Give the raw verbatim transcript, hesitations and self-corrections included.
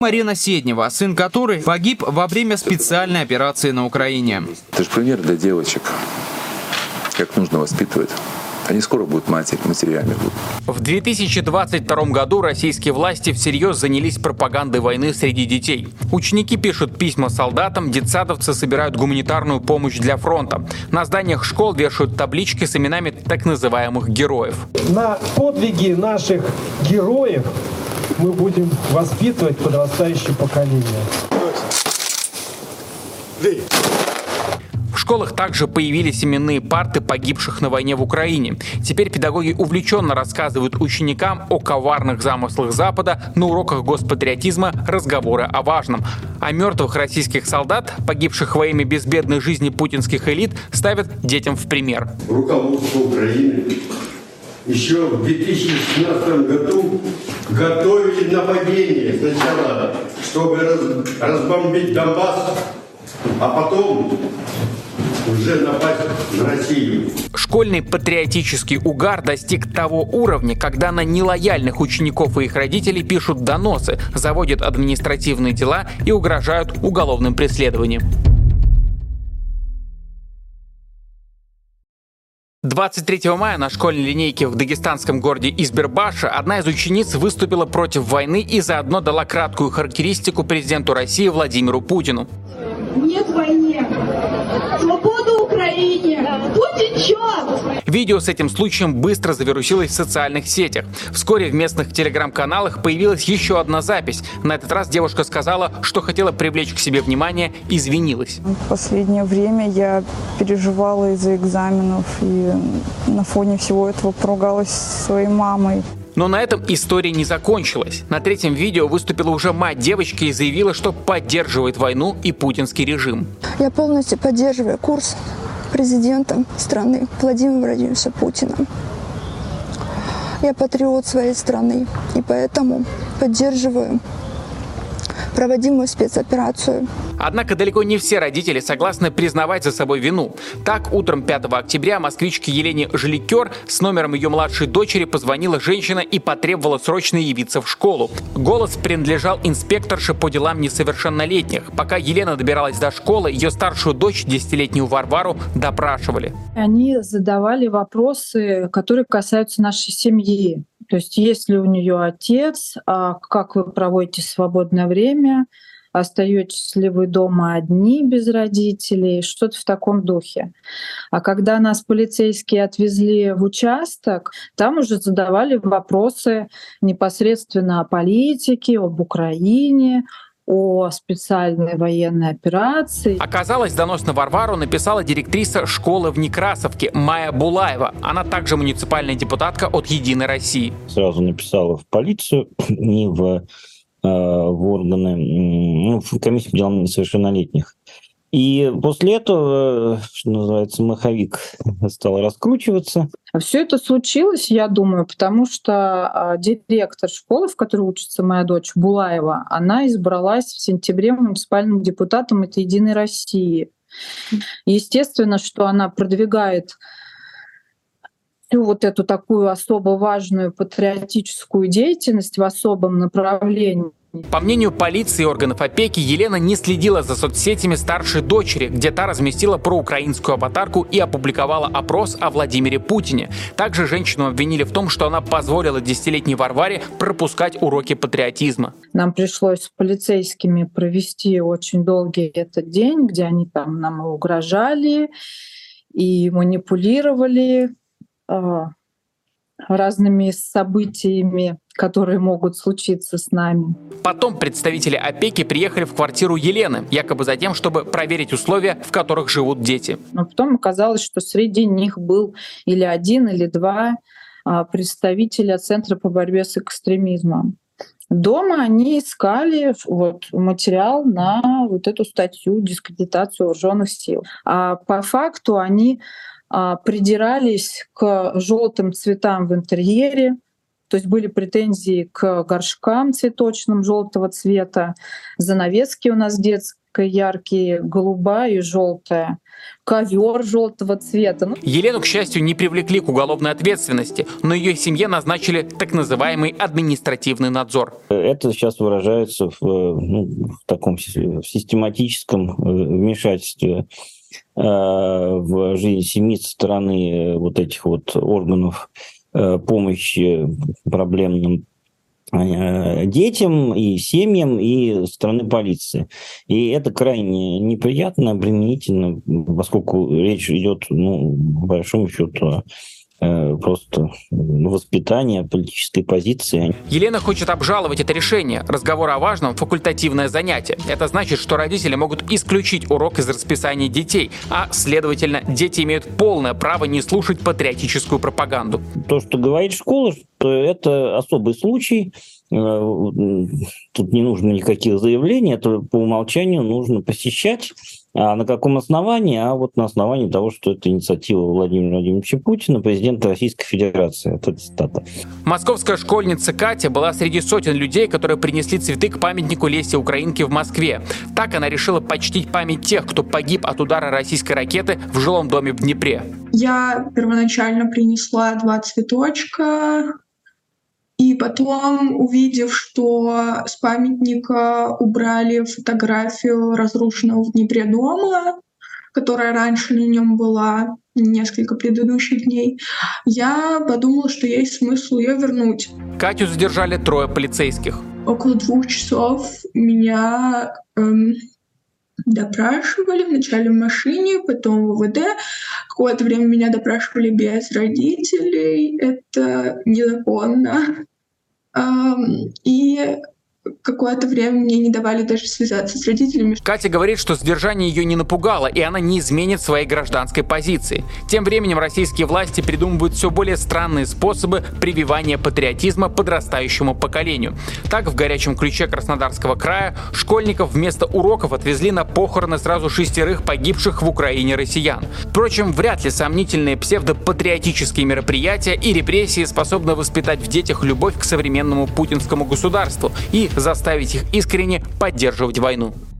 Марина Седнева, сын которой погиб во время специальной операции на Украине. Это же пример для девочек, как нужно воспитывать. Они скоро будут матери, матерями будут. В две тысячи двадцать втором году российские власти всерьез занялись пропагандой войны среди детей. Ученики пишут письма солдатам, детсадовцы собирают гуманитарную помощь для фронта. На зданиях школ вешают таблички с именами так называемых героев. На подвиги наших героев мы будем воспитывать подрастающее поколение. В школах также появились именные парты погибших на войне в Украине. Теперь педагоги увлеченно рассказывают ученикам о коварных замыслах Запада, на уроках госпатриотизма разговоры о важном. А мертвых российских солдат, погибших во имя безбедной жизни путинских элит, ставят детям в пример. Руководство Украины еще в две тысячи шестнадцатом году готовили нападение сначала, чтобы раз, разбомбить Донбасс, а потом уже напасть на Россию. Школьный патриотический угар достиг того уровня, когда на нелояльных учеников и их родителей пишут доносы, заводят административные дела и угрожают уголовным преследованием. двадцать третьего мая на школьной линейке в дагестанском городе Избербаша одна из учениц выступила против войны и заодно дала краткую характеристику президенту России Владимиру Путину. Нет войне! Свободу Украине! Путин черт! Видео с этим случаем быстро завирусилось в социальных сетях. Вскоре в местных телеграм-каналах появилась еще одна запись. На этот раз девушка сказала, что хотела привлечь к себе внимание, и извинилась. В последнее время я переживала из-за экзаменов и на фоне всего этого поругалась со своей мамой. Но на этом история не закончилась. На третьем видео выступила уже мать девочки и заявила, что поддерживает войну и путинский режим. Я полностью поддерживаю курс президента страны Владимира Владимировича Путина. Я патриот своей страны и поэтому поддерживаю проводимую спецоперацию. Однако далеко не все родители согласны признавать за собой вину. Так, утром пятого октября москвичке Елене Жиликер с номером ее младшей дочери позвонила женщина и потребовала срочно явиться в школу. Голос принадлежал инспекторше по делам несовершеннолетних. Пока Елена добиралась до школы, ее старшую дочь, десятилетнюю Варвару, допрашивали. Они задавали вопросы, которые касаются нашей семьи. То есть есть ли у нее отец, а как вы проводите свободное время, остаетесь ли вы дома одни без родителей, что-то в таком духе. А когда нас полицейские отвезли в участок, там уже задавали вопросы непосредственно о политике, об Украине, о специальной военной операции. Оказалось, донос на Варвару написала директриса школы в Некрасовке Майя Булаева. Она также муниципальная депутатка от «Единой России». Сразу написала в полицию, не в, в органы, ну, в комиссию по делам несовершеннолетних. И после этого, что называется, маховик стал раскручиваться. Все это случилось, я думаю, потому что директор школы, в которой учится моя дочь, Булаева, она избралась в сентябре муниципальным депутатом от «Единой России». Естественно, что она продвигает всю вот эту такую особо важную патриотическую деятельность в особом направлении. По мнению полиции и органов опеки, Елена не следила за соцсетями старшей дочери, где та разместила проукраинскую аватарку и опубликовала опрос о Владимире Путине. Также женщину обвинили в том, что она позволила десятилетней Варваре пропускать уроки патриотизма. Нам пришлось с полицейскими провести очень долгий этот день, где они там нам и угрожали, и манипулировали э, разными событиями, которые могут случиться с нами. Потом представители опеки приехали в квартиру Елены, якобы за тем, чтобы проверить условия, в которых живут дети. Но потом оказалось, что среди них был или один, или два представителя Центра по борьбе с экстремизмом. Дома они искали вот, материал на вот эту статью «Дискредитацию вооруженных сил». А по факту они придирались к желтым цветам в интерьере, то есть были претензии к горшкам цветочным желтого цвета, занавески у нас детские яркие, голубая и желтая, ковер желтого цвета. Ну, Елену, к счастью, не привлекли к уголовной ответственности, но ее семье назначили так называемый административный надзор. Это сейчас выражается в, ну, в таком систематическом вмешательстве в жизнь семьи со стороны вот этих вот органов помощи проблемным детям и семьям, и со стороны полиции. И это крайне неприятно, обременительно, поскольку речь идет, ну, по большому счету, просто воспитание политической позиции. Елена хочет обжаловать это решение. Разговор о важном – факультативное занятие. Это значит, что родители могут исключить урок из расписания детей, а, следовательно, дети имеют полное право не слушать патриотическую пропаганду. То, что говорит школа, что это особый случай, тут не нужно никаких заявлений, это по умолчанию нужно посещать. А на каком основании? А вот на основании того, что это инициатива Владимира Владимировича Путина, президента Российской Федерации. Это цитата. Московская школьница Катя была среди сотен людей, которые принесли цветы к памятнику Лесе Украинке в Москве. Так она решила почтить память тех, кто погиб от удара российской ракеты в жилом доме в Днепре. Я первоначально принесла два цветочка. И потом, увидев, что с памятника убрали фотографию разрушенного в Днепре дома, которая раньше на нем была несколько предыдущих дней, я подумала, что есть смысл ее вернуть. Катю задержали трое полицейских. Около двух часов меня эм, допрашивали, вначале в машине, потом в ВВД. Какое-то время меня допрашивали без родителей. Это незаконно. И какое-то время мне не давали даже связаться с родителями. Катя говорит, что задержание ее не напугало, и она не изменит своей гражданской позиции. Тем временем российские власти придумывают все более странные способы прививания патриотизма подрастающему поколению. Так, в горячем ключе Краснодарского края школьников вместо уроков отвезли на похороны сразу шестерых погибших в Украине россиян. Впрочем, вряд ли сомнительные псевдопатриотические мероприятия и репрессии способны воспитать в детях любовь к современному путинскому государству и заставить их искренне поддерживать войну.